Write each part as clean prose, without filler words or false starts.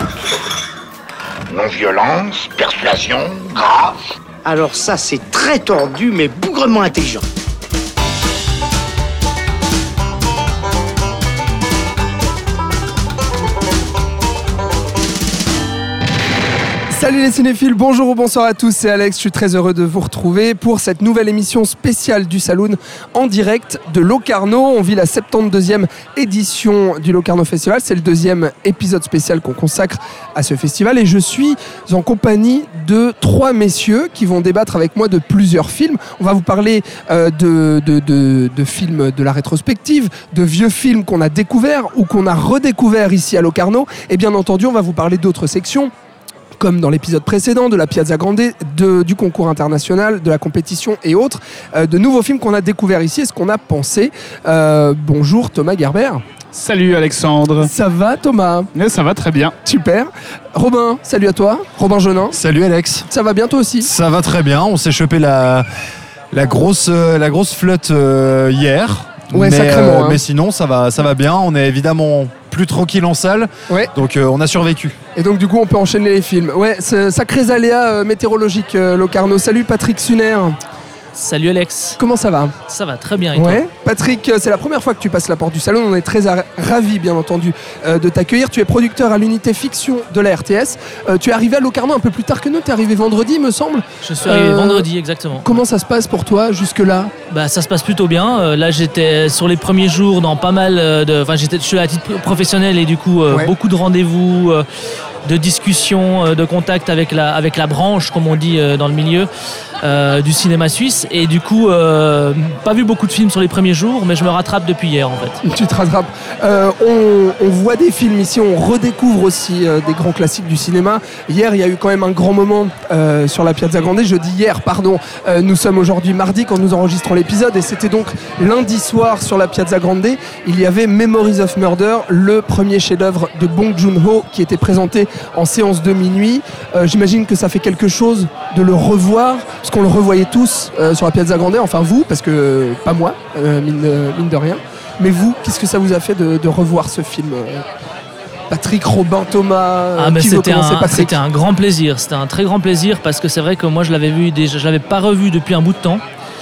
Non-violence, persuasion, grâce. Alors ça, c'est très tordu, mais bougrement intelligent. Salut les cinéphiles, bonjour ou bonsoir à tous, c'est Alex, je suis très heureux de vous retrouver pour cette nouvelle émission spéciale du Saloon en direct de Locarno. On vit la 72e édition du Locarno Festival, c'est le deuxième épisode spécial qu'on consacre à ce festival et je suis en compagnie de 3 messieurs qui vont débattre avec moi de plusieurs films. On va vous parler de films de la rétrospective, de vieux films qu'on a découverts ou qu'on a redécouverts ici à Locarno et bien entendu on va vous parler d'autres sections comme dans l'épisode précédent, de la Piazza Grande, du concours international, de la compétition et autres, de nouveaux films qu'on a découverts ici et ce qu'on a pensé. Bonjour Thomas Gerber. Salut Alexandre. Ça va Thomas ? Ça va très bien. Super. Robin, salut à toi. Robin Jeunin. Salut Alex. Ça va bien toi aussi ? Ça va très bien, on s'est chopé la grosse flotte hier. Ouais, sacrément. Mais sinon ça va bien, on est évidemment plus tranquille en salle, ouais. Donc on a survécu. Et donc du coup on peut enchaîner les films. Ouais, sacrés aléas météorologiques Locarno. Salut Patrick Suner. Salut Alex. Comment ça va ? Ça va très bien et toi ? Ouais. Patrick, c'est la première fois que tu passes la porte du salon. On est très ravis, bien entendu, de t'accueillir. Tu es producteur à l'unité fiction de la RTS. Tu es arrivé à Locarno un peu plus tard que nous. Tu es arrivé vendredi, me semble. Je suis arrivé vendredi, exactement. Comment ça se passe pour toi jusque-là ? Ça se passe plutôt bien. Là, j'étais sur les premiers jours dans pas mal de... Enfin, je suis à titre professionnel et du coup, beaucoup de rendez-vous, de discussions, de contacts avec la branche, comme on dit dans le milieu. Du cinéma suisse et du coup pas vu beaucoup de films sur les premiers jours mais je me rattrape depuis hier en fait. Tu te rattrapes. On voit des films ici, on redécouvre aussi des grands classiques du cinéma. Hier il y a eu quand même un grand moment sur la Piazza Grande, je dis hier pardon, nous sommes aujourd'hui mardi quand nous enregistrons l'épisode et c'était donc lundi soir sur la Piazza Grande, il y avait Memories of Murder, le premier chef-d'œuvre de Bong Joon-ho qui était présenté en séance de minuit. J'imagine que ça fait quelque chose de le revoir parce qu'on le revoyait tous sur la Piazza Grande, enfin vous, parce que pas moi, mine de rien. Mais vous, qu'est-ce que ça vous a fait de revoir ce film Patrick, Robin, Thomas, qui veut commencer Patrick ? C'était un grand plaisir, c'était un très grand plaisir parce que c'est vrai que moi je l'avais vu déjà, je l'avais pas revu depuis un bout de temps.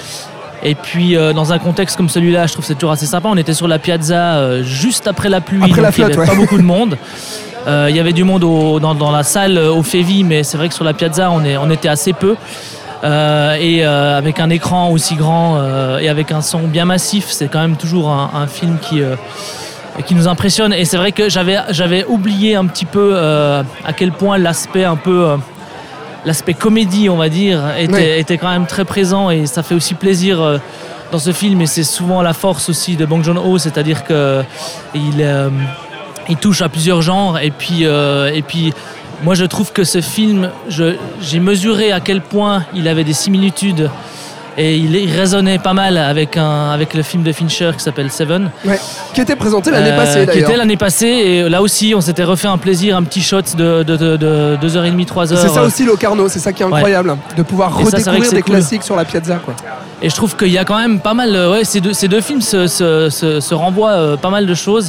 Et puis dans un contexte comme celui-là, je trouve que c'est toujours assez sympa. On était sur la Piazza juste après la pluie, donc il n'y avait pas beaucoup de monde. Il y avait du monde dans la salle au Févi, mais c'est vrai que sur la Piazza on était assez peu. Avec un écran aussi grand et avec un son bien massif, c'est quand même toujours un film qui nous impressionne. Et c'est vrai que j'avais oublié un petit peu à quel point l'aspect comédie, on va dire, était quand même très présent et ça fait aussi plaisir dans ce film. Et c'est souvent la force aussi de Bong Joon-ho, c'est-à-dire que il touche à plusieurs genres et puis moi je trouve que ce film, j'ai mesuré à quel point il avait des similitudes et il résonnait pas mal avec le film de Fincher qui s'appelle Seven. Ouais, qui était présenté l'année passée d'ailleurs. Qui était l'année passée et là aussi on s'était refait un plaisir, un petit shot de 2h30, 3h. C'est ça aussi Locarno, c'est ça qui est incroyable, de pouvoir redécouvrir des classiques sur la Piazza quoi. Et je trouve qu'il y a quand même pas mal, ces deux films se renvoient pas mal de choses.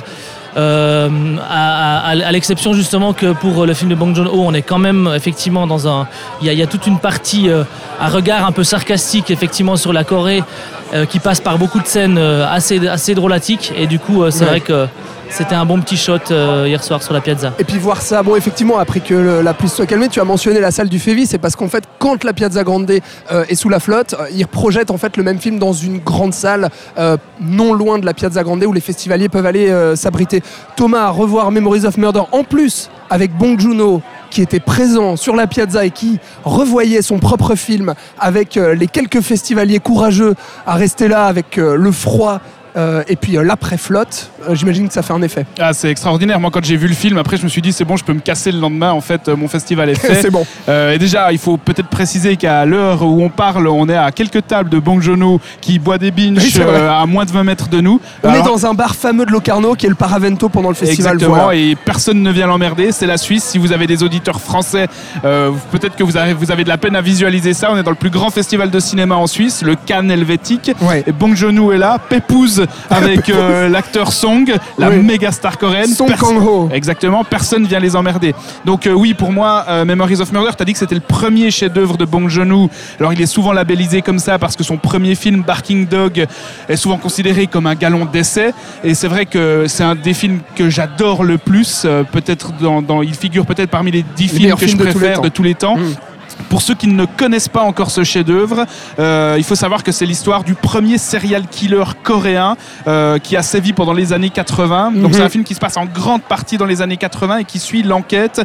À l'exception justement que pour le film de Bong Joon-ho, on est quand même effectivement il y a toute une partie à regard un peu sarcastique effectivement sur la Corée qui passe par beaucoup de scènes assez drôlatiques et du coup c'est vrai que c'était un bon petit shot hier soir sur la Piazza. Et puis voir ça, bon effectivement après que la pluie soit calmée, tu as mentionné la salle du Févi, c'est parce qu'en fait quand la Piazza Grande est sous la flotte, ils projettent en fait le même film dans une grande salle non loin de la Piazza Grande où les festivaliers peuvent aller s'abriter. Thomas, revoir Memories of Murder en plus avec Bong Joon-ho qui était présent sur la Piazza et qui revoyait son propre film avec les quelques festivaliers courageux à rester là avec le froid et puis l'après-flotte, j'imagine que ça fait un effet. Ah, c'est extraordinaire. Moi, quand j'ai vu le film, après, je me suis dit, c'est bon, je peux me casser le lendemain. En fait, mon festival est fait. C'est bon. Et déjà, il faut peut-être préciser qu'à l'heure où on parle, on est à quelques tables de Bong Joon-ho qui boit des binges à moins de 20 mètres de nous. On est dans un bar fameux de Locarno qui est le Paravento pendant le festival. Exactement, voilà. Et personne ne vient l'emmerder. C'est la Suisse. Si vous avez des auditeurs français, peut-être que vous avez de la peine à visualiser ça. On est dans le plus grand festival de cinéma en Suisse, le Cannes helvétique. Ouais. Et Bong Joon-ho est là. Pépouze avec l'acteur Song, la méga star coréenne. Song Kang-ho. Exactement, personne vient les emmerder. Donc oui, pour moi, Memories of Murder, t'as dit que c'était le premier chef-d'œuvre de Bong Joon-ho. Alors il est souvent labellisé comme ça parce que son premier film, Barking Dog, est souvent considéré comme un galon d'essai. Et c'est vrai que c'est un des films que j'adore le plus. Peut-être il figure peut-être parmi les 10 films que je préfère de tous les temps. Pour ceux qui ne connaissent pas encore ce chef-d'œuvre, il faut savoir que c'est l'histoire du premier serial killer coréen qui a sévi pendant les années 80. Donc c'est un film qui se passe en grande partie dans les années 80 et qui suit l'enquête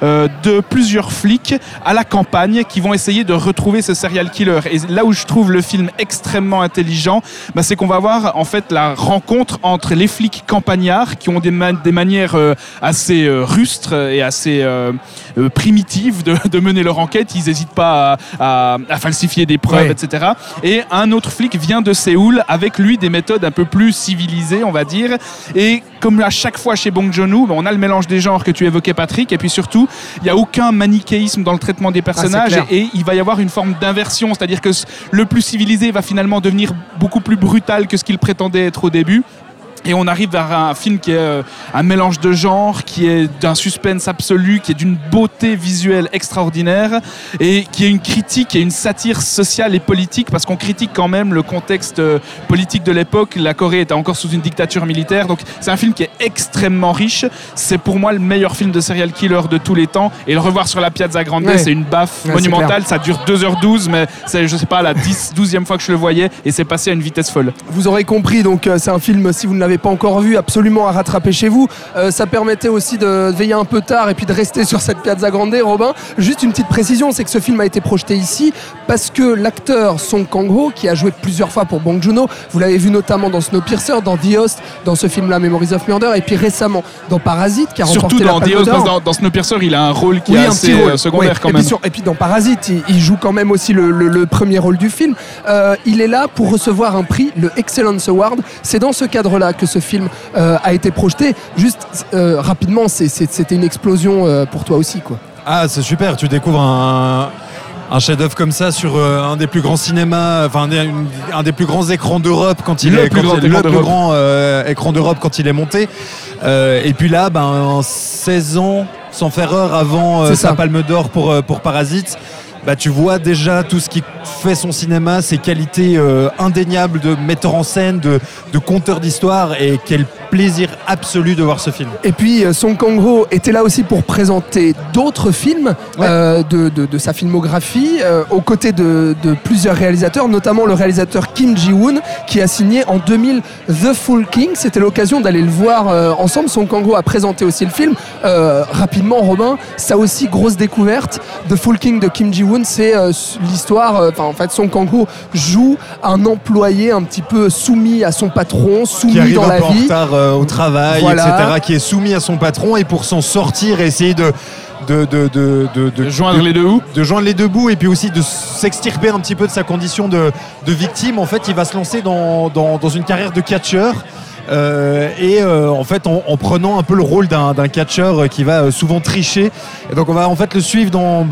de plusieurs flics à la campagne qui vont essayer de retrouver ce serial killer. Et là où je trouve le film extrêmement intelligent, c'est qu'on va voir en fait la rencontre entre les flics campagnards qui ont des manières assez rustres et assez primitives de mener leur enquête. Ils n'hésitent pas à falsifier des preuves, etc. Et un autre flic vient de Séoul avec lui des méthodes un peu plus civilisées, on va dire. Et comme à chaque fois chez Bong Joon-ho, on a le mélange des genres que tu évoquais, Patrick. Et puis surtout, il n'y a aucun manichéisme dans le traitement des personnages. Et il va y avoir une forme d'inversion. C'est-à-dire que le plus civilisé va finalement devenir beaucoup plus brutal que ce qu'il prétendait être au début. Et on arrive vers un film qui est un mélange de genres, qui est d'un suspense absolu, qui est d'une beauté visuelle extraordinaire et qui est une critique et une satire sociale et politique parce qu'on critique quand même le contexte politique de l'époque. La Corée était encore sous une dictature militaire, donc c'est un film qui est extrêmement riche. C'est pour moi le meilleur film de serial killer de tous les temps et le revoir sur la Piazza Grande, c'est une baffe monumentale. Ça dure 2h12, mais c'est, je sais pas, la 12e fois que je le voyais et c'est passé à une vitesse folle. Vous aurez compris, donc c'est un film, si vous ne l'avez pas encore vu, absolument à rattraper chez vous. Ça permettait aussi de veiller un peu tard et puis de rester sur cette Piazza Grande. Robin, juste une petite précision, c'est que ce film a été projeté ici parce que l'acteur Song Kang-ho, qui a joué plusieurs fois pour Bong Joon-ho, vous l'avez vu notamment dans Snowpiercer, dans The Host, dans ce film-là Memories of Murder, et puis récemment dans Parasite, qui a remporté la Palme d'Or. Surtout dans The Host, dans Snowpiercer, il a un rôle qui est assez secondaire quand même. Et puis dans Parasite, il joue quand même aussi le premier rôle du film. Il est là pour recevoir un prix, le Excellence Award. C'est dans ce cadre-là que ce film a été projeté. Juste rapidement, c'était une explosion pour toi aussi, quoi. Ah, c'est super, tu découvres un chef-d'œuvre comme ça sur un des plus grands cinémas, enfin un des plus grands écrans d'Europe quand il est le plus grand écran d'Europe quand il est monté. Et puis là, 16 ans sans faire heure avant sa Palme d'Or pour Parasite. Tu vois déjà tout ce qui fait son cinéma, ses qualités indéniables de metteur en scène, de conteur d'histoire, et quel plaisir absolu de voir ce film. Et puis Song Kang-ho était là aussi pour présenter d'autres films de sa filmographie, aux côtés de plusieurs réalisateurs, notamment le réalisateur Kim Ji-woon qui a signé en 2000 The Fool King. C'était l'occasion d'aller le voir ensemble. Song Kang-ho a présenté aussi le film. Rapidement, Robin, ça aussi, grosse découverte. The Fool King de Kim Ji-woon, c'est l'histoire, en fait Song Kang-ho joue un employé un petit peu soumis à son patron, soumis dans la vie, qui arrive un peu en retard au travail, etc., qui est soumis à son patron, et pour s'en sortir et essayer de joindre les deux bouts. De joindre les deux bouts, et puis aussi de s'extirper un petit peu de sa condition de victime. En fait, il va se lancer dans une carrière de catcheur. En fait en prenant un peu le rôle d'un catcheur qui va souvent tricher, et donc on va en fait le suivre dans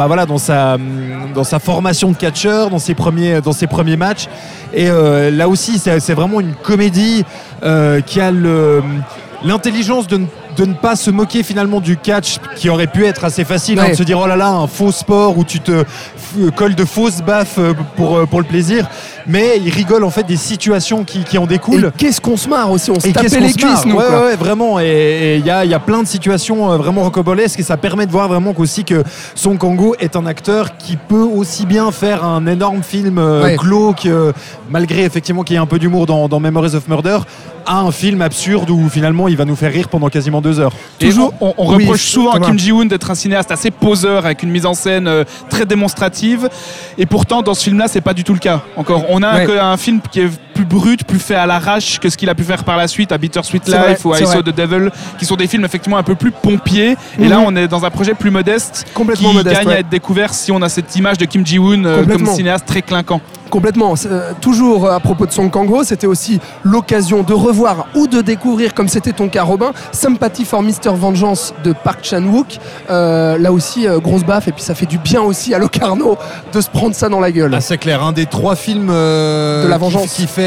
sa formation de catcheur, dans ses premiers matchs, et là aussi c'est vraiment une comédie qui a l'intelligence de ne pas se moquer finalement du catch, qui aurait pu être assez facile, de se dire oh là là, un faux sport où tu te colles de fausses baffes pour le plaisir, mais il rigole en fait des situations qui en découlent. Et qu'est-ce qu'on se marre aussi, on se tapait les cuisses, nous. Ouais, vraiment, et il y a plein de situations vraiment rocambolesques, et ça permet de voir vraiment qu'aussi que Song Kang-ho est un acteur qui peut aussi bien faire un énorme film glauque, malgré effectivement qu'il y ait un peu d'humour dans Memories of Murder, à un film absurde où finalement il va nous faire rire pendant quasiment 2 heures. Toujours, on reproche souvent à Kim Ji-woon d'être un cinéaste assez poseur, avec une mise en scène très démonstrative, et pourtant dans ce film-là c'est pas du tout le cas. Encore, on a un film qui est plus brut, plus fait à l'arrache que ce qu'il a pu faire par la suite à Bittersweet Life ou I Saw the Devil, qui sont des films effectivement un peu plus pompiers, et là on est dans un projet plus modeste, qui gagne à être découvert si on a cette image de Kim Ji-woon comme cinéaste très clinquant. Complètement. Toujours à propos de Song Kang-ho, c'était aussi l'occasion de revoir ou de découvrir, comme c'était ton cas, Robin, Sympathy for Mr. Vengeance de Park Chan-wook. Là aussi, grosse baffe, et puis ça fait du bien aussi à Locarno de se prendre ça dans la gueule. Ah, c'est clair, un des 3 films de la vengeance qui fait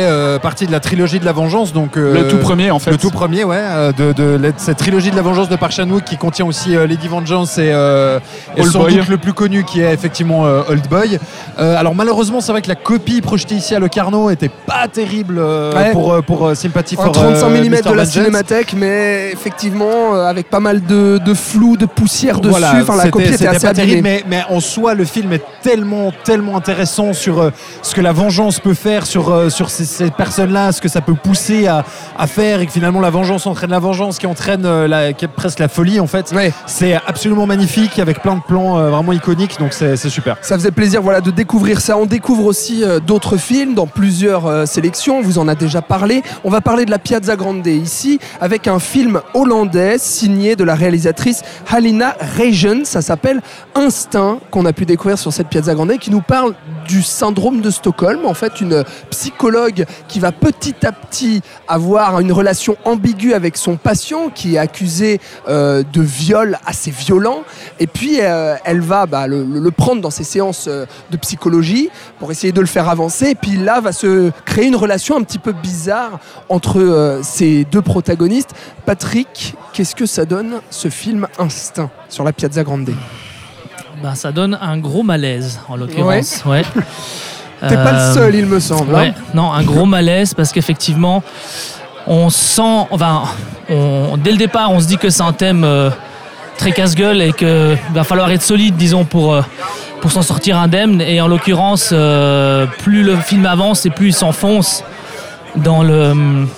fait partie de la trilogie de la vengeance, donc le tout premier en fait. Le tout premier, ouais, de cette trilogie de la vengeance de Park Chan-wook qui contient aussi Lady Vengeance et sans doute le plus connu qui est effectivement Old Boy. Alors malheureusement, c'est vrai que la copie projetée ici à Locarno était pas terrible pour Sympathy for 35 mm Mr. de la Vengeance. cinémathèque, mais effectivement avec pas mal de flou, de poussière dessus. Voilà, Enfin, la copie était assez pas terrible, abîmée. mais en soi, le film est tellement intéressant sur ce que la vengeance peut faire sur ces personnes-là, ce que ça peut pousser à faire, et que finalement la vengeance entraîne la vengeance, qui entraîne qui est presque la folie en fait. Ouais. C'est absolument magnifique, avec plein de plans vraiment iconiques, donc c'est super. Ça faisait plaisir de découvrir ça. On découvre aussi d'autres films dans plusieurs sélections. On vous en a déjà parlé. On va parler de la Piazza Grande ici avec un film hollandais signé de la réalisatrice Halina Reijnen. Ça s'appelle Instinct, qu'on a pu découvrir sur cette Piazza Grande, qui nous parle du syndrome de Stockholm. En fait, une psychologue qui va petit à petit avoir une relation ambiguë avec son patient qui est accusé de viol assez violent. Et puis, elle va le prendre dans ses séances de psychologie pour essayer de le faire avancer. Et puis là, va se créer une relation un petit peu bizarre entre ces deux protagonistes. Patrick, qu'est-ce que ça donne, ce film Instinct sur la Piazza Grande? Ça donne un gros malaise, en l'occurrence. Ouais. T'es pas le seul, il me semble. Ouais. Non, un gros malaise, parce qu'effectivement, on sent... dès le départ, on se dit que c'est un thème très casse-gueule et qu'il va falloir être solide, disons, pour s'en sortir indemne. Et en l'occurrence, plus le film avance et plus il s'enfonce dans le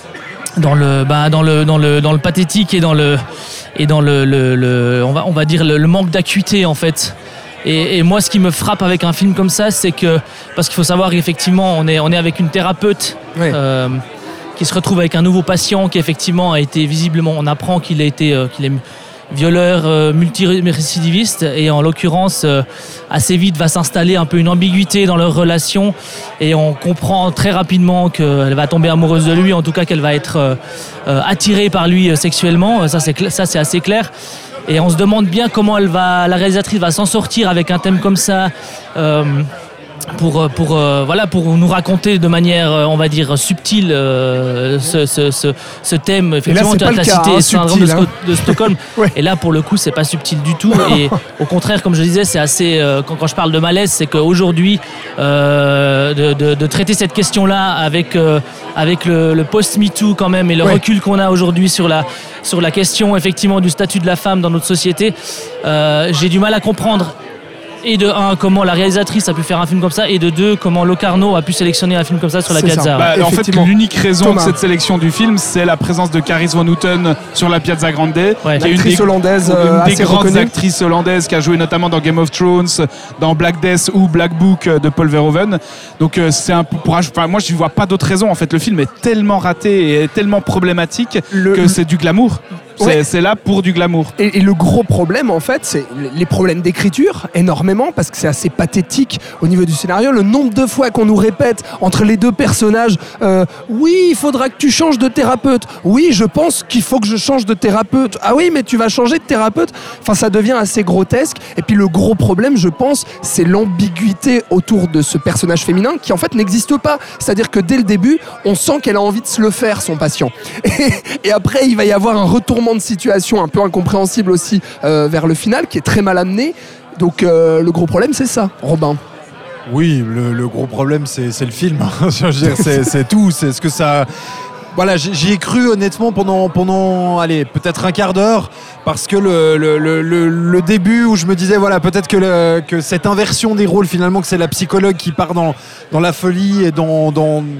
pathétique et dans le on va dire le manque d'acuité en fait. Et moi, ce qui me frappe avec un film comme ça, c'est que, parce qu'il faut savoir qu'effectivement on est avec une thérapeute qui se retrouve avec un nouveau patient qui effectivement a été visiblement, on apprend qu'il est violeur multirécidiviste, et en l'occurrence assez vite va s'installer un peu une ambiguïté dans leur relation, et on comprend très rapidement qu'elle va tomber amoureuse de lui, en tout cas qu'elle va être attirée par lui sexuellement. Ça c'est assez clair, et on se demande bien comment la réalisatrice va s'en sortir avec un thème comme ça, pour nous raconter de manière, on va dire, subtile ce thème. Effectivement, tu as cité syndrome de Stockholm. Ouais. Et là, pour le coup, c'est pas subtil du tout. Et au contraire, comme je disais, c'est assez. Quand je parle de malaise, c'est qu'aujourd'hui, de traiter cette question-là avec le post-MeToo quand même, et le recul qu'on a aujourd'hui sur la question effectivement du statut de la femme dans notre société, j'ai du mal à comprendre. Et de un, comment la réalisatrice a pu faire un film comme ça, et de deux, comment Locarno a pu sélectionner un film comme ça sur la Piazza. En fait, l'unique raison de cette sélection du film, c'est la présence de Karis Van Houten sur la Piazza Grande, qui est une des grandes actrices hollandaises, qui a joué notamment dans Game of Thrones, dans Black Death ou Black Book de Paul Verhoeven. Donc c'est un peu moi je ne vois pas d'autre raison. En fait, le film est tellement raté et tellement problématique que c'est du glamour. C'est là pour du glamour. Et le gros problème, en fait, c'est les problèmes d'écriture, énormément, parce que c'est assez pathétique au niveau du scénario. Le nombre de fois qu'on nous répète entre les deux personnages, oui, il faudra que tu changes de thérapeute. Oui, je pense qu'il faut que je change de thérapeute. Ah oui, mais tu vas changer de thérapeute. Enfin, ça devient assez grotesque. Et puis le gros problème, je pense, c'est l'ambiguïté autour de ce personnage féminin qui, en fait, n'existe pas. C'est-à-dire que dès le début, on sent qu'elle a envie de se le faire, son patient. Et après, il va y avoir un retournement de situation un peu incompréhensible aussi vers le final, qui est très mal amené. Donc le gros problème, c'est ça, Robin. Oui, le gros problème, c'est le film. Je veux dire, c'est tout. C'est ce que ça... Voilà, j'y ai cru honnêtement pendant allez, peut-être un quart d'heure, parce que le début où je me disais voilà, peut-être que cette inversion des rôles, finalement, que c'est la psychologue qui part dans la folie et dans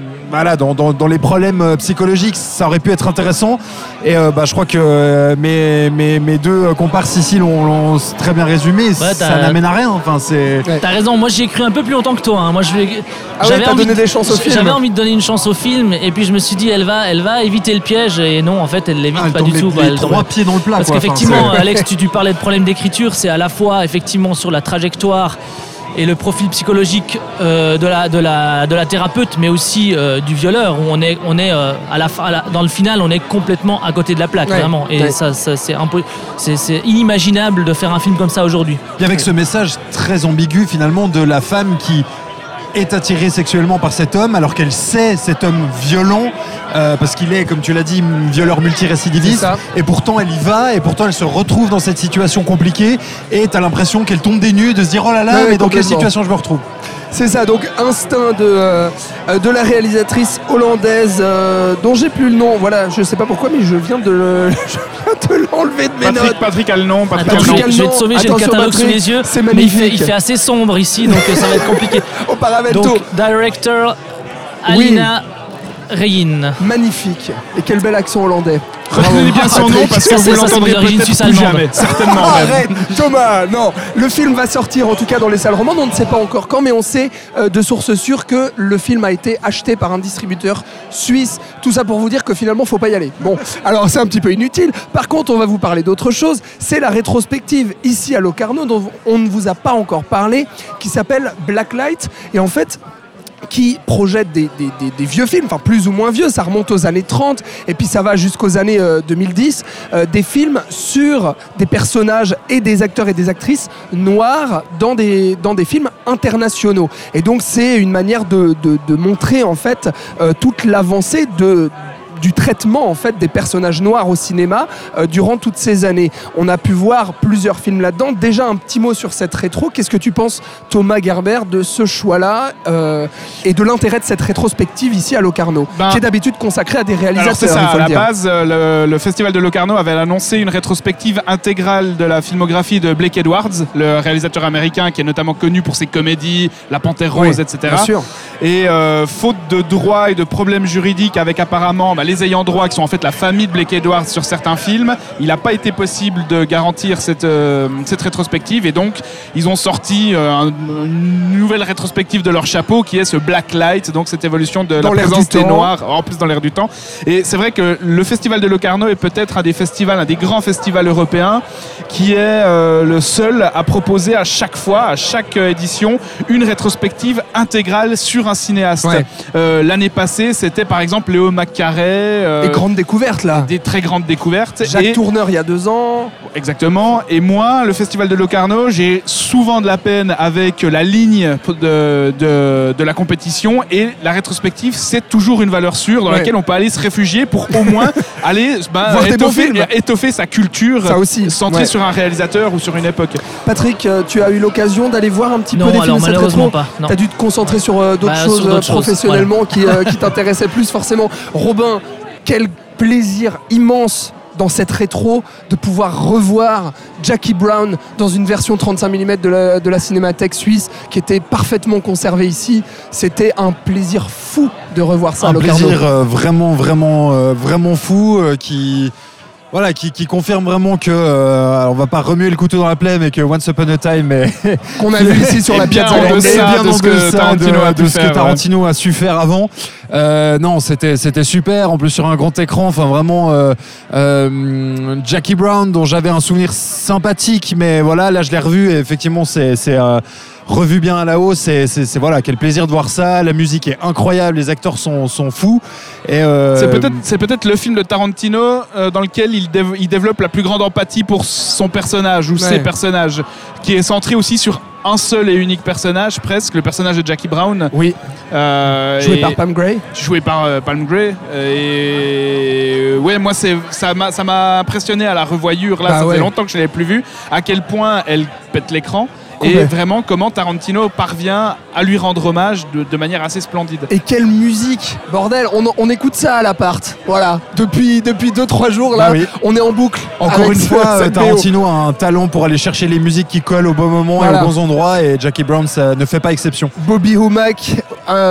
les problèmes psychologiques, ça aurait pu être intéressant. Et je crois que mes deux comparses ici l'ont très bien résumé. Ça n'amène à rien. Enfin, T'as raison. Moi, j'y ai cru un peu plus longtemps que toi. Hein. Moi, j'avais envie de donner une chance au film, et puis je me suis dit elle va éviter le piège, et non, en fait, elle l'évite pas du tout. Elle trois pieds dans le plat. Parce qu'effectivement, Alex, tu parlais de problème d'écriture, c'est à la fois effectivement sur la trajectoire et le profil psychologique de la thérapeute, mais aussi du violeur, où on est dans le final, on est complètement à côté de la plaque, vraiment. Et ça c'est inimaginable de faire un film comme ça aujourd'hui. Et avec ce message très ambigu finalement de la femme qui est attirée sexuellement par cet homme alors qu'elle sait cet homme violent parce qu'il est, comme tu l'as dit, violeur multirécidiviste, et pourtant elle y va, et pourtant elle se retrouve dans cette situation compliquée, et t'as l'impression qu'elle tombe des nues, de se dire oh là là, mais dans quelle situation je me retrouve. C'est ça, donc instinct de la réalisatrice hollandaise dont j'ai plus le nom, voilà, je sais pas pourquoi, mais je viens de l'enlever de mes notes. Patrick a le nom. Je vais te sauver, j'ai le catalogue sous les yeux, c'est mais magnifique. il fait assez sombre ici, donc ça va être compliqué. Au Paravento. Donc, director Alina Reyin. Magnifique. Et quel bel accent hollandais. Retenez bien son nom parce que vous l'entendrez peut-être plus jamais. Certainement. Arrête, Thomas, non. Le film va sortir en tout cas dans les salles romandes. On ne sait pas encore quand, mais on sait de sources sûres que le film a été acheté par un distributeur suisse. Tout ça pour vous dire que finalement, faut pas y aller. Bon, alors c'est un petit peu inutile. Par contre, on va vous parler d'autre chose. C'est la rétrospective ici à Locarno dont on ne vous a pas encore parlé, qui s'appelle Blacklight. Et en fait, qui projette des vieux films, enfin plus ou moins vieux, ça remonte aux années 30 et puis ça va jusqu'aux années 2010, des films sur des personnages et des acteurs et des actrices noirs dans des films internationaux. Et donc c'est une manière de montrer en fait toute l'avancée du traitement en fait des personnages noirs au cinéma durant toutes ces années. On a pu voir plusieurs films là-dedans. Déjà un petit mot sur cette rétro. Qu'est-ce que tu penses, Thomas Gerber, de ce choix-là et de l'intérêt de cette rétrospective ici à Locarno, qui est d'habitude consacrée à des réalisateurs? Alors c'est ça, il faut à la le dire. base, le Festival de Locarno avait annoncé une rétrospective intégrale de la filmographie de Blake Edwards, le réalisateur américain qui est notamment connu pour ses comédies, La Panthère Rose, etc. Bien sûr. Et faute de droits et de problèmes juridiques avec apparemment les ayants droit qui sont en fait la famille de Blake Edwards sur certains films, il n'a pas été possible de garantir cette rétrospective, et donc ils ont sorti une nouvelle rétrospective de leur chapeau qui est ce Blacklight, donc cette évolution de la présence des Noirs, en plus dans l'air du temps. Et c'est vrai que le Festival de Locarno est peut-être un des grands festivals européens qui est le seul à proposer à chaque fois, à chaque édition, une rétrospective intégrale sur un cinéaste. Ouais. L'année passée, c'était par exemple Léo McCarey. Des grandes découvertes là. Des très grandes découvertes. Jacques Tourneur il y a 2 ans. Exactement. Et moi, le Festival de Locarno, j'ai souvent de la peine avec la ligne de la compétition, et la rétrospective, c'est toujours une valeur sûre dans laquelle on peut aller se réfugier pour au moins aller étoffer sa culture centrée sur un réalisateur ou sur une époque. Patrick, tu as eu l'occasion d'aller voir un petit peu des films de cette rétro? Tu as dû te concentrer sur d'autres choses professionnellement qui t'intéressaient plus forcément. Robin, quel plaisir immense dans cette rétro de pouvoir revoir Jackie Brown dans une version 35 mm de la Cinémathèque suisse qui était parfaitement conservée ici. C'était un plaisir fou de revoir ça à Locarno. Un plaisir vraiment fou qui confirme vraiment que on va pas remuer le couteau dans la plaie, mais que Once Upon a Time qu'on a vu ici sur la Piazza de ce que Tarantino a su faire avant. Non, c'était super. En plus sur un grand écran, enfin vraiment Jackie Brown dont j'avais un souvenir sympathique, mais voilà, là je l'ai revu et effectivement c'est revu bien à la hausse, c'est voilà, quel plaisir de voir ça. La musique est incroyable, les acteurs sont fous. Et c'est peut-être le film de Tarantino dans lequel il développe la plus grande empathie pour son personnage ou ses personnages, qui est centré aussi sur un seul et unique personnage, presque, le personnage de Jackie Brown. Oui. Joué par Pam Grier. Joué par Pam Grier. Et ouais, moi ça m'a impressionné à la revoyure. Là, ça fait longtemps que je l'avais plus vu. À quel point elle pète l'écran. Et vraiment comment Tarantino parvient à lui rendre hommage de manière assez splendide. Et quelle musique, bordel, on écoute ça à l'appart, voilà, depuis 2-3 jours là, on est en boucle. Encore une fois, Tarantino a un talent pour aller chercher les musiques qui collent au bon moment et aux bons endroits, et Jackie Brown ça ne fait pas exception. Bobby Womack,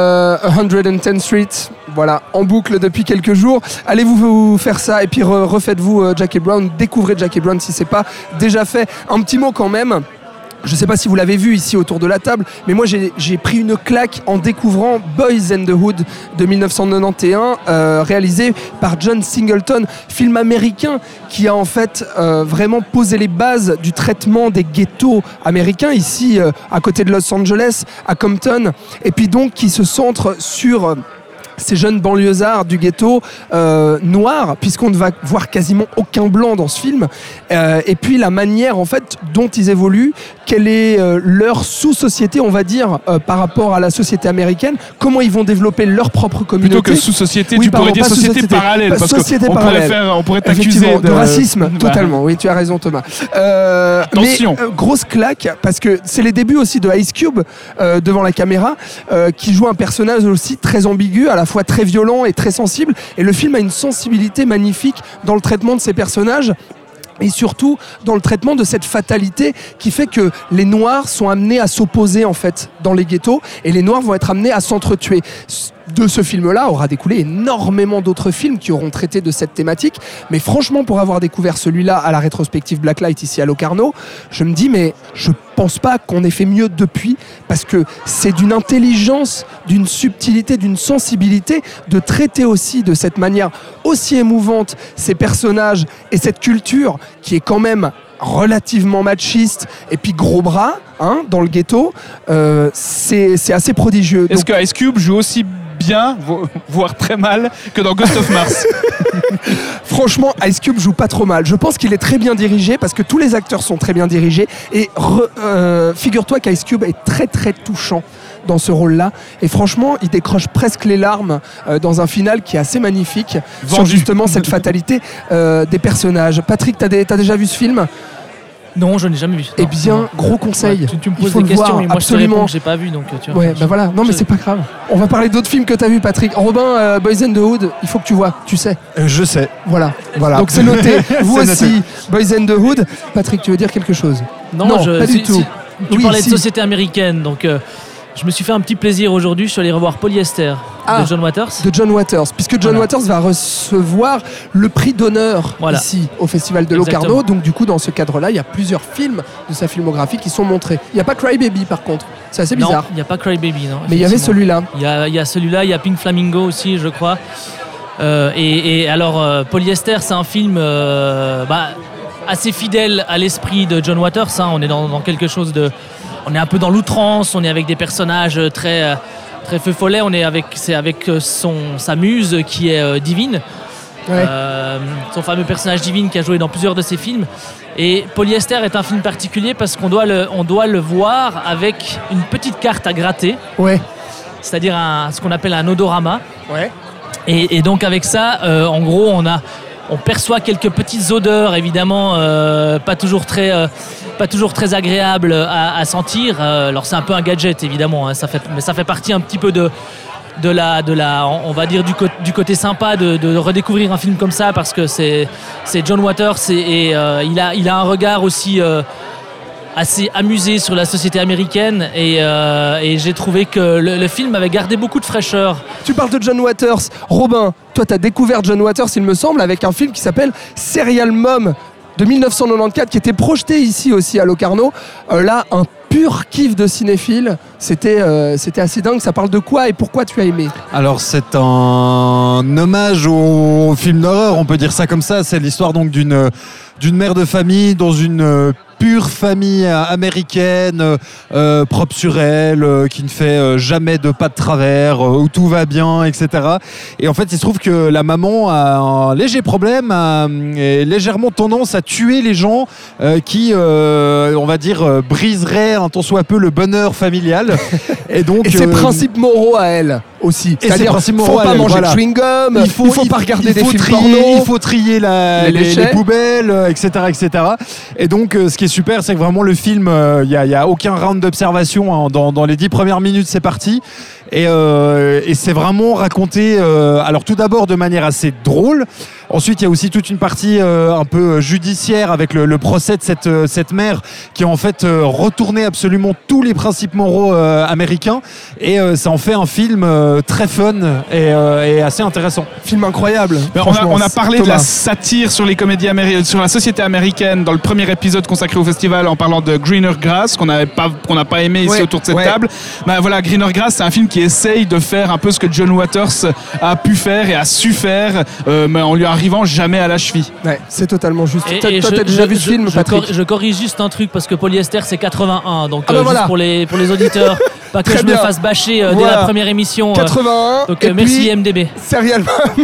110th Street, voilà, en boucle depuis quelques jours. Allez vous faire ça et puis refaites-vous Jackie Brown, découvrez Jackie Brown si c'est pas déjà fait. Un petit mot quand même. Je ne sais pas si vous l'avez vu ici autour de la table, mais moi j'ai pris une claque en découvrant Boys and the Hood de 1991, réalisé par John Singleton, film américain qui a en fait vraiment posé les bases du traitement des ghettos américains ici à côté de Los Angeles, à Compton, et puis donc qui se centre sur ces jeunes banlieusards du ghetto noirs, puisqu'on ne va voir quasiment aucun blanc dans ce film, et puis la manière en fait dont ils évoluent, quelle est leur sous-société, on va dire, par rapport à la société américaine, comment ils vont développer leur propre communauté. Plutôt que sous-société, tu pourrais dire société parallèle, parce qu'on pourrait t'accuser de racisme, totalement, oui, tu as raison Thomas. Attention. Mais grosse claque, parce que c'est les débuts aussi de Ice Cube devant la caméra, qui joue un personnage aussi très ambigu, à la fois très violent et très sensible, et le film a une sensibilité magnifique dans le traitement de ces personnages et surtout dans le traitement de cette fatalité qui fait que les Noirs sont amenés à s'opposer en fait dans les ghettos et les Noirs vont être amenés à s'entretuer. De ce film-là aura découlé énormément d'autres films qui auront traité de cette thématique, mais franchement pour avoir découvert celui-là à la rétrospective Blacklight ici à Locarno, je me dis mais je pense pas qu'on ait fait mieux depuis, parce que c'est d'une intelligence, d'une subtilité, d'une sensibilité de traiter aussi de cette manière aussi émouvante ces personnages et cette culture qui est quand même relativement machiste et puis gros bras dans le ghetto, c'est assez prodigieux. Est-ce que Ice Cube joue aussi bien, voire très mal, que dans Ghost of Mars? Franchement, Ice Cube joue pas trop mal. Je pense qu'il est très bien dirigé parce que tous les acteurs sont très bien dirigés. Et figure-toi qu'Ice Cube est très très touchant dans ce rôle-là. Et franchement, il décroche presque les larmes dans un final qui est assez magnifique sur justement cette fatalité des personnages. Patrick, t'as déjà vu ce film ? Non, je n'ai jamais vu. Eh bien, gros conseil. Ouais, tu me poses des questions, mais moi je te réponds que j'ai pas vu, donc tu vois. Ouais, bah voilà. Non, mais c'est pas grave. On va parler d'autres films que t'as vu, Patrick. Robin, Boys in the Hood, il faut que tu vois. Tu sais. Je sais. Voilà. Donc c'est noté. Vous aussi, noté. Boys in the Hood. Patrick, tu veux dire quelque chose ? Non, pas du tout. Tu parlais de société américaine, donc. Je me suis fait un petit plaisir aujourd'hui, je suis allé revoir Polyester de John Waters. De John Waters, puisque John Waters va recevoir le prix d'honneur ici au Festival de Locarno. Donc du coup, dans ce cadre-là, il y a plusieurs films de sa filmographie qui sont montrés. Il n'y a pas Cry Baby par contre, c'est assez bizarre. Non, il n'y a pas Cry Baby, non. Mais il y avait celui-là. Il y a celui-là, il y a Pink Flamingo aussi, je crois. Et alors, Polyester, c'est un film assez fidèle à l'esprit de John Waters. On est dans quelque chose de... On est un peu dans l'outrance, on est avec des personnages très feu follet, c'est avec sa muse qui est Divine, son fameux personnage Divine qui a joué dans plusieurs de ses films. Et Polyester est un film particulier parce qu'on doit le voir avec une petite carte à gratter, c'est-à-dire ce qu'on appelle un odorama. Et donc avec ça, en gros, on perçoit quelques petites odeurs, évidemment, pas toujours très agréables à sentir. Alors c'est un peu un gadget, évidemment, mais ça fait partie un petit peu de la, on va dire du côté sympa de redécouvrir un film comme ça, parce que c'est John Waters et il a un regard aussi assez amusé sur la société américaine et j'ai trouvé que le film avait gardé beaucoup de fraîcheur. Tu parles de John Waters. Robin, toi tu as découvert John Waters, il me semble, avec un film qui s'appelle Serial Mom de 1994 qui était projeté ici aussi à Locarno. Là, un pur kiff de cinéphile. C'était assez dingue. Ça parle de quoi et pourquoi tu as aimé ? Alors c'est un hommage au film d'horreur, on peut dire ça comme ça. C'est l'histoire donc d'une mère de famille dans une pure famille américaine, propre sur elle, qui ne fait jamais de pas de travers, où tout va bien, etc. Et en fait, il se trouve que la maman a un léger problème, et légèrement tendance à tuer les gens qui, on va dire, briseraient un tant soit peu le bonheur familial. Et ses principes moraux à elle aussi. C'est-à-dire, il ne faut pas manger de chewing-gum, il faut pas regarder des films porno. Il faut trier les poubelles, etc., etc. Et donc, ce qui est super, c'est que vraiment le film, il n'y a aucun round d'observation. Dans les 10 premières minutes, c'est parti. Et c'est vraiment raconté, alors tout d'abord de manière assez drôle. Ensuite, il y a aussi toute une partie un peu judiciaire avec le procès de cette mère qui a en fait retourné absolument tous les principes moraux américains. Et ça en fait un film très fun et assez intéressant. Film incroyable. On a parlé de la satire sur les comédies sur la société américaine dans le premier épisode consacré au festival en parlant de Greener Grass qu'on n'a pas aimé ici autour de cette table. Voilà, Greener Grass, c'est un film qui qui essaye de faire un peu ce que John Waters a pu faire et a su faire, mais en lui arrivant jamais à la cheville. Ouais, c'est totalement juste. Et Toi, t'as déjà vu ce film, Patrick? Je corrige juste un truc parce que Polyester c'est 81, donc voilà. juste pour les auditeurs, pas que Très je bien. me fasse bâcher dès Voilà. la première émission. 81. Donc et merci puis, IMDb. Serial Man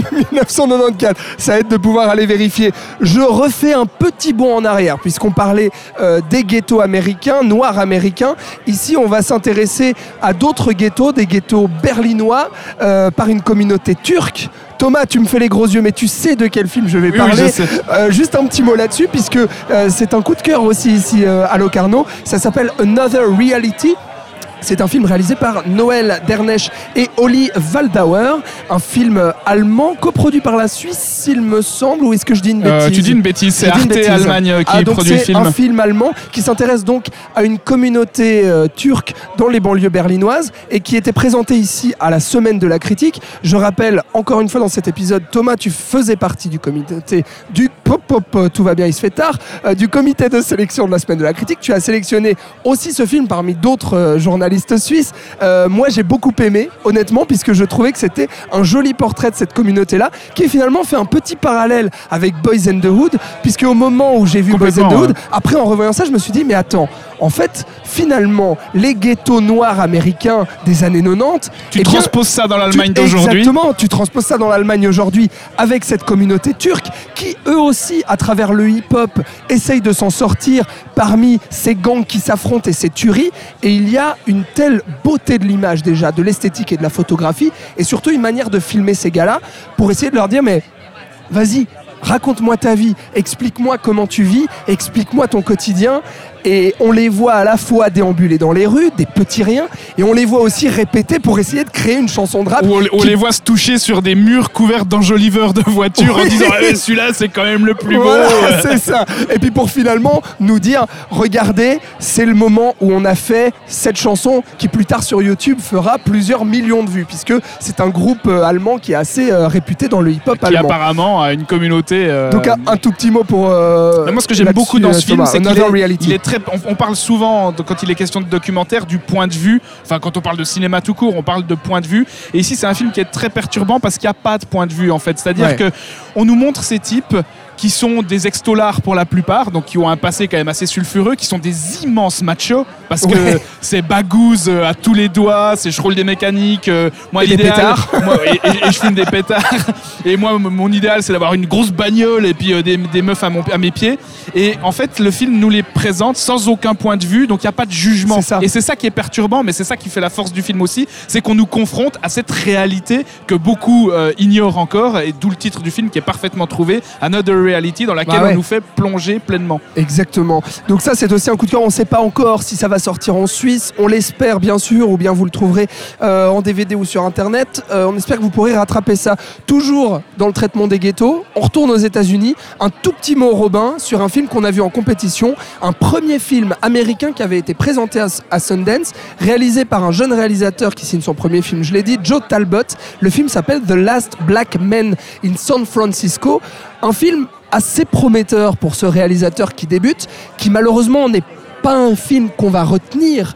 1994. Ça aide de pouvoir aller vérifier. Je refais un petit bond en arrière puisqu'on parlait des ghettos américains, noirs américains. Ici, on va s'intéresser à d'autres ghettos, des ghettos berlinois par une communauté turque. Thomas, tu me fais les gros yeux, mais tu sais de quel film je vais parler. Oui, je sais. Juste un petit mot là-dessus, puisque c'est un coup de cœur aussi ici à Locarno. Ça s'appelle Another Reality. C'est un film réalisé par Noël Dernesch et Olli Waldauer, un film allemand coproduit par la Suisse, il me semble, ou est-ce que je dis une bêtise? Tu dis une bêtise, c'est Je dis une Arte bêtise. Allemagne qui donc produit le film. C'est un film allemand qui s'intéresse donc à une communauté turque dans les banlieues berlinoises et qui était présenté ici à la Semaine de la Critique. Je rappelle encore une fois dans cet épisode, Thomas, tu faisais partie du comité du tout va bien, il se fait tard, du comité de sélection de la Semaine de la Critique. Tu as sélectionné aussi ce film parmi d'autres journalistes suisse. Moi j'ai beaucoup aimé honnêtement puisque je trouvais que c'était un joli portrait de cette communauté là qui finalement fait un petit parallèle avec Boys in the Hood, puisque au moment où j'ai vu Boys in the Hood, après en revoyant ça je me suis dit mais attends, en fait finalement les ghettos noirs américains des années 90, tu transposes ça dans l'Allemagne d'aujourd'hui. Exactement, tu transposes ça dans l'Allemagne aujourd'hui avec cette communauté turque qui eux aussi à travers le hip-hop essayent de s'en sortir parmi ces gangs qui s'affrontent et ces tueries, et il y a une telle beauté de l'image déjà, de l'esthétique et de la photographie, et surtout une manière de filmer ces gars-là pour essayer de leur dire mais vas-y, raconte-moi ta vie, explique-moi comment tu vis, explique-moi ton quotidien. Et on les voit à la fois déambuler dans les rues, des petits riens, et on les voit aussi répéter pour essayer de créer une chanson de rap. On les voit se toucher sur des murs couverts d'enjoliveurs de voitures en disant celui-là c'est quand même le plus beau. Voilà, c'est ça. Et puis pour finalement nous dire regardez, c'est le moment où on a fait cette chanson qui plus tard sur YouTube fera plusieurs millions de vues, puisque c'est un groupe allemand qui est assez réputé dans le hip-hop allemand. Qui apparemment a une communauté... Donc un tout petit mot pour... moi ce que j'aime beaucoup dans ce film, c'est qu'il est très... On parle souvent, quand il est question de documentaire, du point de vue. Enfin, quand on parle de cinéma tout court, on parle de point de vue. Et ici, c'est un film qui est très perturbant parce qu'il n'y a pas de point de vue, en fait. C'est-à-dire que on nous montre ces types qui sont des ex-tolards pour la plupart, donc qui ont un passé quand même assez sulfureux, qui sont des immenses machos, parce que c'est bagouze à tous les doigts, c'est je roule des mécaniques, moi et l'idéal, et je filme des pétards, et moi mon idéal c'est d'avoir une grosse bagnole et puis des meufs à mes pieds, et en fait le film nous les présente sans aucun point de vue, donc il n'y a pas de jugement, et c'est ça qui est perturbant, mais c'est ça qui fait la force du film aussi, c'est qu'on nous confronte à cette réalité que beaucoup ignorent encore, et d'où le titre du film qui est parfaitement trouvé, Another Reality, dans laquelle on nous fait plonger pleinement. Exactement. Donc ça c'est aussi un coup de cœur. On ne sait pas encore si ça va sortir en Suisse. On l'espère bien sûr, ou bien vous le trouverez en DVD ou sur internet. On espère que vous pourrez rattraper ça. Toujours dans le traitement des ghettos, on retourne aux États-Unis. Un tout petit mot, Robin, sur un film qu'on a vu en compétition, un premier film américain qui avait été présenté à Sundance, réalisé par un jeune réalisateur qui signe son premier film, je l'ai dit, Joe Talbot. Le film s'appelle The Last Black Man in San Francisco. Un film assez prometteur pour ce réalisateur qui débute, qui malheureusement n'est pas un film qu'on va retenir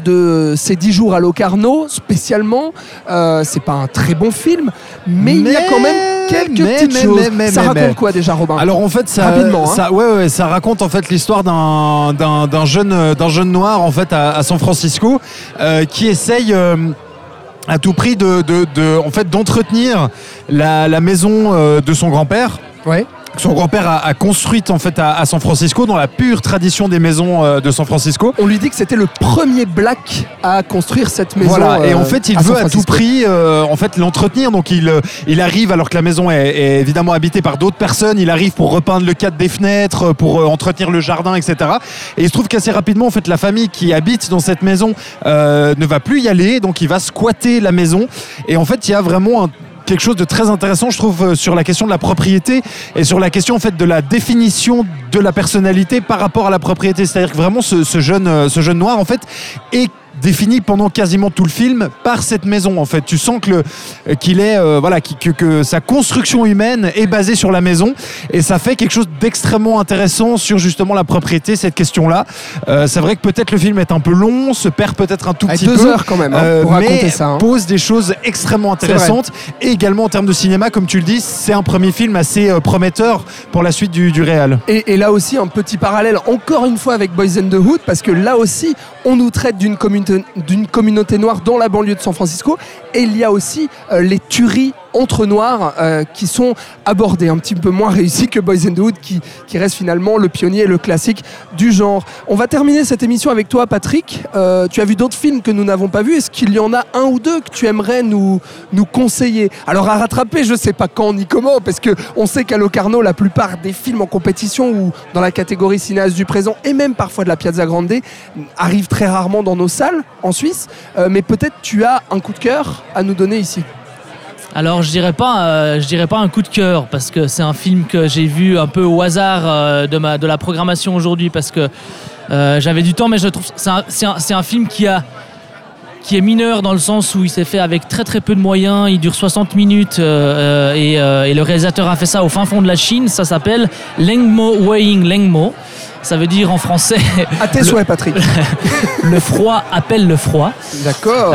de ces 10 jours à Locarno spécialement. C'est pas un très bon film, mais il y a quand même quelques petites choses. Ça raconte quoi déjà, Robin? Alors en fait, rapidement, ça raconte en fait l'histoire d'un jeune noir en fait à San Francisco qui essaye à tout prix d'entretenir la maison de son grand-père. Ouais. Son grand-père a construite en fait à San Francisco, dans la pure tradition des maisons de San Francisco. On lui dit que c'était le premier black à construire cette maison. Voilà, et en fait il veut à tout prix l'entretenir. Donc il arrive, alors que la maison est évidemment habitée par d'autres personnes, il arrive pour repeindre le cadre des fenêtres, pour entretenir le jardin, etc. Et il se trouve qu'assez rapidement en fait la famille qui habite dans cette maison ne va plus y aller, donc il va squatter la maison. Et en fait il y a vraiment quelque chose de très intéressant, je trouve, sur la question de la propriété et sur la question en fait de la définition de la personnalité par rapport à la propriété. C'est-à-dire que vraiment ce jeune noir en fait est défini pendant quasiment tout le film par cette maison. En fait, tu sens que sa construction humaine est basée sur la maison, et ça fait quelque chose d'extrêmement intéressant sur justement la propriété, cette question-là. C'est vrai que peut-être le film est un peu long, se perd peut-être un tout petit peu. 2 heures quand même pour raconter ça. Mais pose des choses extrêmement intéressantes. Et également en termes de cinéma, comme tu le dis, c'est un premier film assez prometteur pour la suite du réal. Et là aussi, un petit parallèle, encore une fois, avec Boys in the Hood, parce que là aussi, on nous traite d'une communauté noire dans la banlieue de San Francisco. Et il y a aussi les tueries entre noirs qui sont abordées, un petit peu moins réussies que Boys in the Hood, qui reste finalement le pionnier et le classique du genre. On va terminer cette émission avec toi, Patrick. Tu as vu d'autres films que nous n'avons pas vus. Est-ce qu'il y en a un ou deux que tu aimerais nous conseiller? Alors à rattraper, je ne sais pas quand ni comment, parce qu'on sait qu'à Locarno, la plupart des films en compétition ou dans la catégorie cinéaste du présent, et même parfois de la Piazza Grande, arrivent très rarement dans nos salles en Suisse. Mais peut-être tu as un coup de cœur à nous donner ici. Alors je dirais pas un coup de cœur, parce que c'est un film que j'ai vu un peu au hasard de la programmation aujourd'hui, parce que j'avais du temps, mais je trouve c'est un film qui est mineur dans le sens où il s'est fait avec très très peu de moyens. Il dure 60 minutes et le réalisateur a fait ça au fin fond de la Chine. Ça s'appelle Lengmo Weighing Lengmo. Ça veut dire en français... À tes souhaits, Patrick. Le froid appelle le froid. D'accord.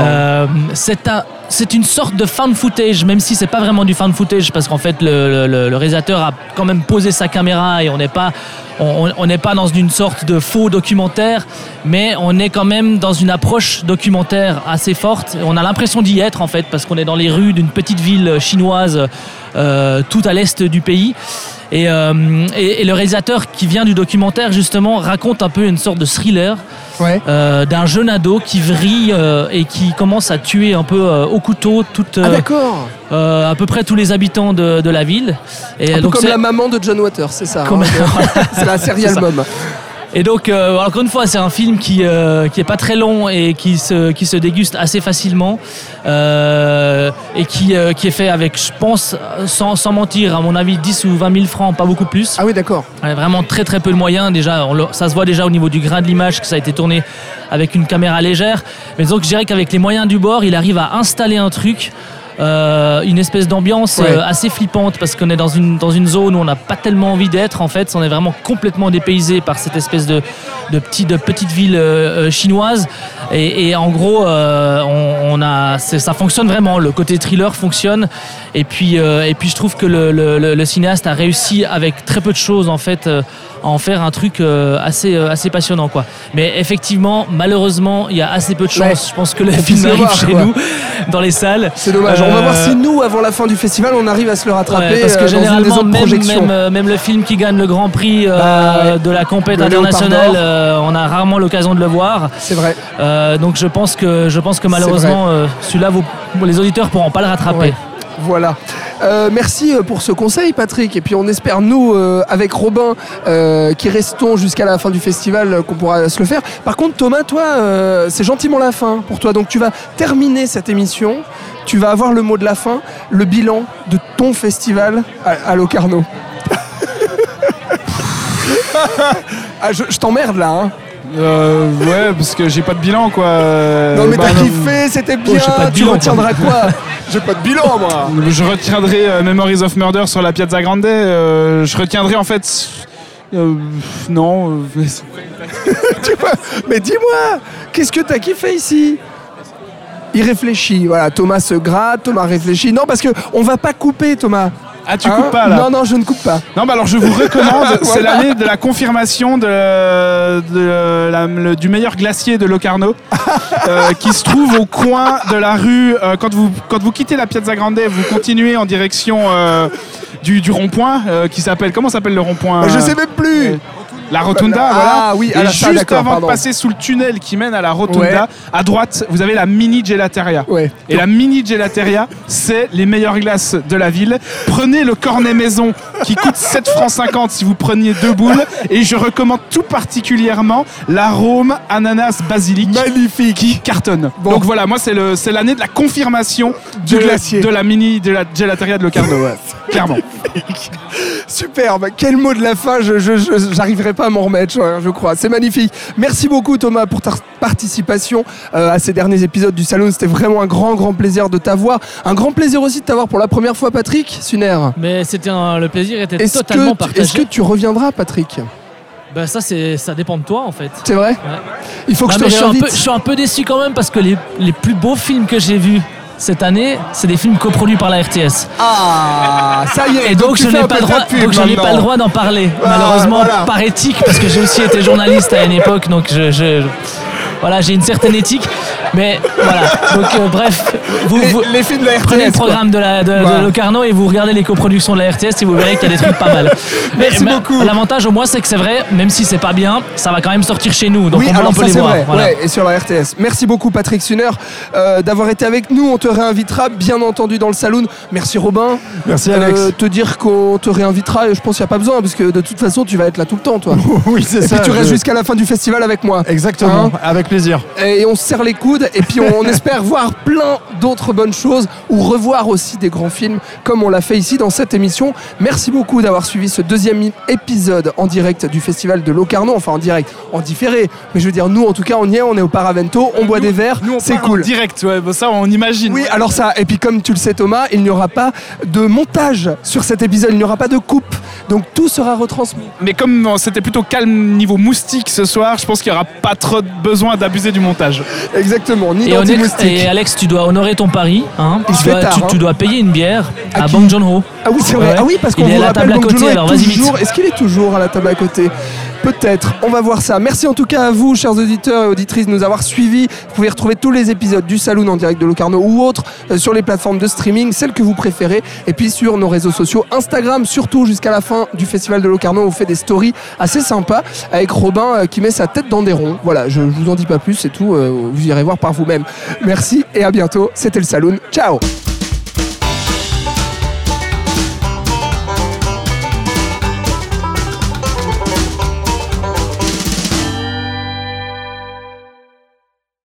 C'est une sorte de found footage, même si c'est pas vraiment du found footage, parce qu'en fait le réalisateur a quand même posé sa caméra et on n'est pas dans une sorte de faux documentaire, mais on est quand même dans une approche documentaire assez forte. On a l'impression d'y être en fait, parce qu'on est dans les rues d'une petite ville chinoise tout à l'est du pays. Et le réalisateur qui vient du documentaire justement raconte un peu une sorte de thriller d'un jeune ado qui vrille et qui commence à tuer un peu au couteau à peu près tous les habitants de la ville. Et un donc peu comme la maman de John Waters, c'est ça. C'est la série C'est album. Et donc, encore une fois, c'est un film qui est pas très long et qui se déguste assez facilement et qui est fait avec, je pense, sans mentir, à mon avis, 10 ou 20 000 francs, pas beaucoup plus. Ah oui, d'accord. Vraiment très très peu de moyens. Déjà, ça se voit déjà au niveau du grain de l'image que ça a été tourné avec une caméra légère. Mais donc, je dirais qu'avec les moyens du bord, il arrive à installer un truc. Une espèce d'ambiance assez flippante, parce qu'on est dans une zone où on n'a pas tellement envie d'être en fait. On est vraiment complètement dépaysé par cette espèce de petite ville chinoise et en gros ça fonctionne vraiment, le côté thriller fonctionne et puis je trouve que le cinéaste a réussi avec très peu de choses en fait à en faire un truc assez passionnant quoi. Mais effectivement, malheureusement, il y a assez peu de chance. Je pense que le film arrive chez nous dans les salles. C'est dommage. On va voir si nous, avant la fin du festival, on arrive à se le rattraper. Parce que généralement, même le film qui gagne le Grand Prix de la compétition internationale, on a rarement l'occasion de le voir. C'est vrai. Donc je pense que malheureusement, celui-là, les auditeurs pourront pas le rattraper. Ouais. Voilà. Merci pour ce conseil, Patrick. Et puis on espère, nous, avec Robin, qui restons jusqu'à la fin du festival, qu'on pourra se le faire. Par contre, Thomas, toi, c'est gentiment la fin pour toi. Donc tu vas terminer cette émission. Tu vas avoir le mot de la fin, le bilan de ton festival à Locarno. Je t'emmerde là, hein. Ouais, parce que j'ai pas de bilan quoi. Non mais t'as kiffé, c'était bien. Tu retiendras quoi? J'ai pas de bilan moi. Je retiendrai Memories of Murder sur la Piazza Grande. Je retiendrai en fait. Non. Mais dis-moi, qu'est-ce que t'as kiffé ici? Il réfléchit. Voilà, Thomas se gratte, Thomas réfléchit. Non, parce que on va pas couper, Thomas. Ah, tu coupes pas là? Non, je ne coupe pas. Non, bah alors je vous recommande, c'est l'année de la confirmation du meilleur glacier de Locarno, qui se trouve au coin de la rue. Quand vous quittez la Piazza Grande, vous continuez en direction du rond-point qui s'appelle. Comment s'appelle le rond-point? Je sais même plus. La Rotunda, voilà. Ah oui, et juste avant de passer sous le tunnel qui mène à la Rotunda, à droite, vous avez la mini gelateria. Et la mini gelateria, c'est les meilleures glaces de la ville. Prenez le cornet maison qui coûte 7 francs 50 si vous preniez 2 boules. Et je recommande tout particulièrement l'arôme ananas basilic. Magnifique. Qui cartonne. Bon. Donc voilà, moi c'est l'année de la confirmation du glacier. De la mini de la gelateria de Locarno. Clairement. Superbe. Quel mot de la fin, j'arriverai pas pas à m'en remettre, je crois. C'est magnifique. Merci beaucoup Thomas pour ta participation à ces derniers épisodes du Saloon. C'était vraiment un grand plaisir de t'avoir. Un grand plaisir aussi de t'avoir pour la première fois, Patrick Suner. Mais le plaisir était totalement partagé. Est-ce que tu reviendras, Patrick ? Ben ça dépend de toi en fait. C'est vrai ? Ouais. Il faut que je te réinvite. Je suis un peu déçu quand même parce que les plus beaux films que j'ai vus cette année, c'est des films coproduits par la RTS. Ah, ça y est. Et donc je n'ai pas le droit d'en parler. Malheureusement, par éthique, parce que j'ai aussi été journaliste à une époque, donc voilà, j'ai une certaine éthique. Mais voilà, donc bref, les films de la RTS, prenez le programme de Locarno et vous regardez les coproductions de la RTS et vous verrez qu'il y a des trucs pas mal. Merci beaucoup. L'avantage au moins c'est que c'est vrai, même si c'est pas bien, ça va quand même sortir chez nous, donc on peut les voir. Voilà. Ouais, et sur la RTS. Merci beaucoup Patrick Suner d'avoir été avec nous. On te réinvitera bien entendu dans le Saloon. Merci Robin. Merci Alex. Te dire qu'on te réinvitera, je pense qu'il n'y a pas besoin parce que de toute façon tu vas être là tout le temps toi. Oui, c'est ça. Et puis tu restes jusqu'à la fin du festival avec moi. Exactement, avec plaisir. Et on se serre les coudes et puis on espère voir plein d'autres bonnes choses ou revoir aussi des grands films comme on l'a fait ici dans cette émission. Merci beaucoup d'avoir suivi ce deuxième épisode en direct du festival de Locarno, enfin en direct, en différé, mais je veux dire nous en tout cas on y est, on est au Paravento, on boit des verres, c'est cool. En direct, ouais, ça on imagine. Oui, alors ça, et puis comme tu le sais Thomas, il n'y aura pas de montage sur cet épisode, il n'y aura pas de coupe, donc tout sera retransmis. Mais comme c'était plutôt calme niveau moustique ce soir, je pense qu'il n'y aura pas trop besoin d'abuser du montage. Exactement, ni d'anti-moustique. Et Alex, tu dois honorer ton pari. Tu dois payer une bière à qui Bong Joon-ho. Ah oui, c'est vrai. Ouais. Ah oui, parce qu'on est vous à la rappelle table à Bong côté, Joon-ho alors vas-y vite. Est-ce qu'il est toujours à la table à côté ? Peut-être, on va voir ça. Merci en tout cas à vous, chers auditeurs et auditrices, de nous avoir suivis. Vous pouvez retrouver tous les épisodes du Saloon en direct de Locarno ou autres sur les plateformes de streaming, celles que vous préférez, et puis sur nos réseaux sociaux, Instagram surtout jusqu'à la fin du festival de Locarno. On fait des stories assez sympas avec Robin qui met sa tête dans des ronds. Voilà, je vous en dis pas plus, c'est tout. Vous irez voir par vous-même. Merci et à bientôt. C'était le Saloon. Ciao.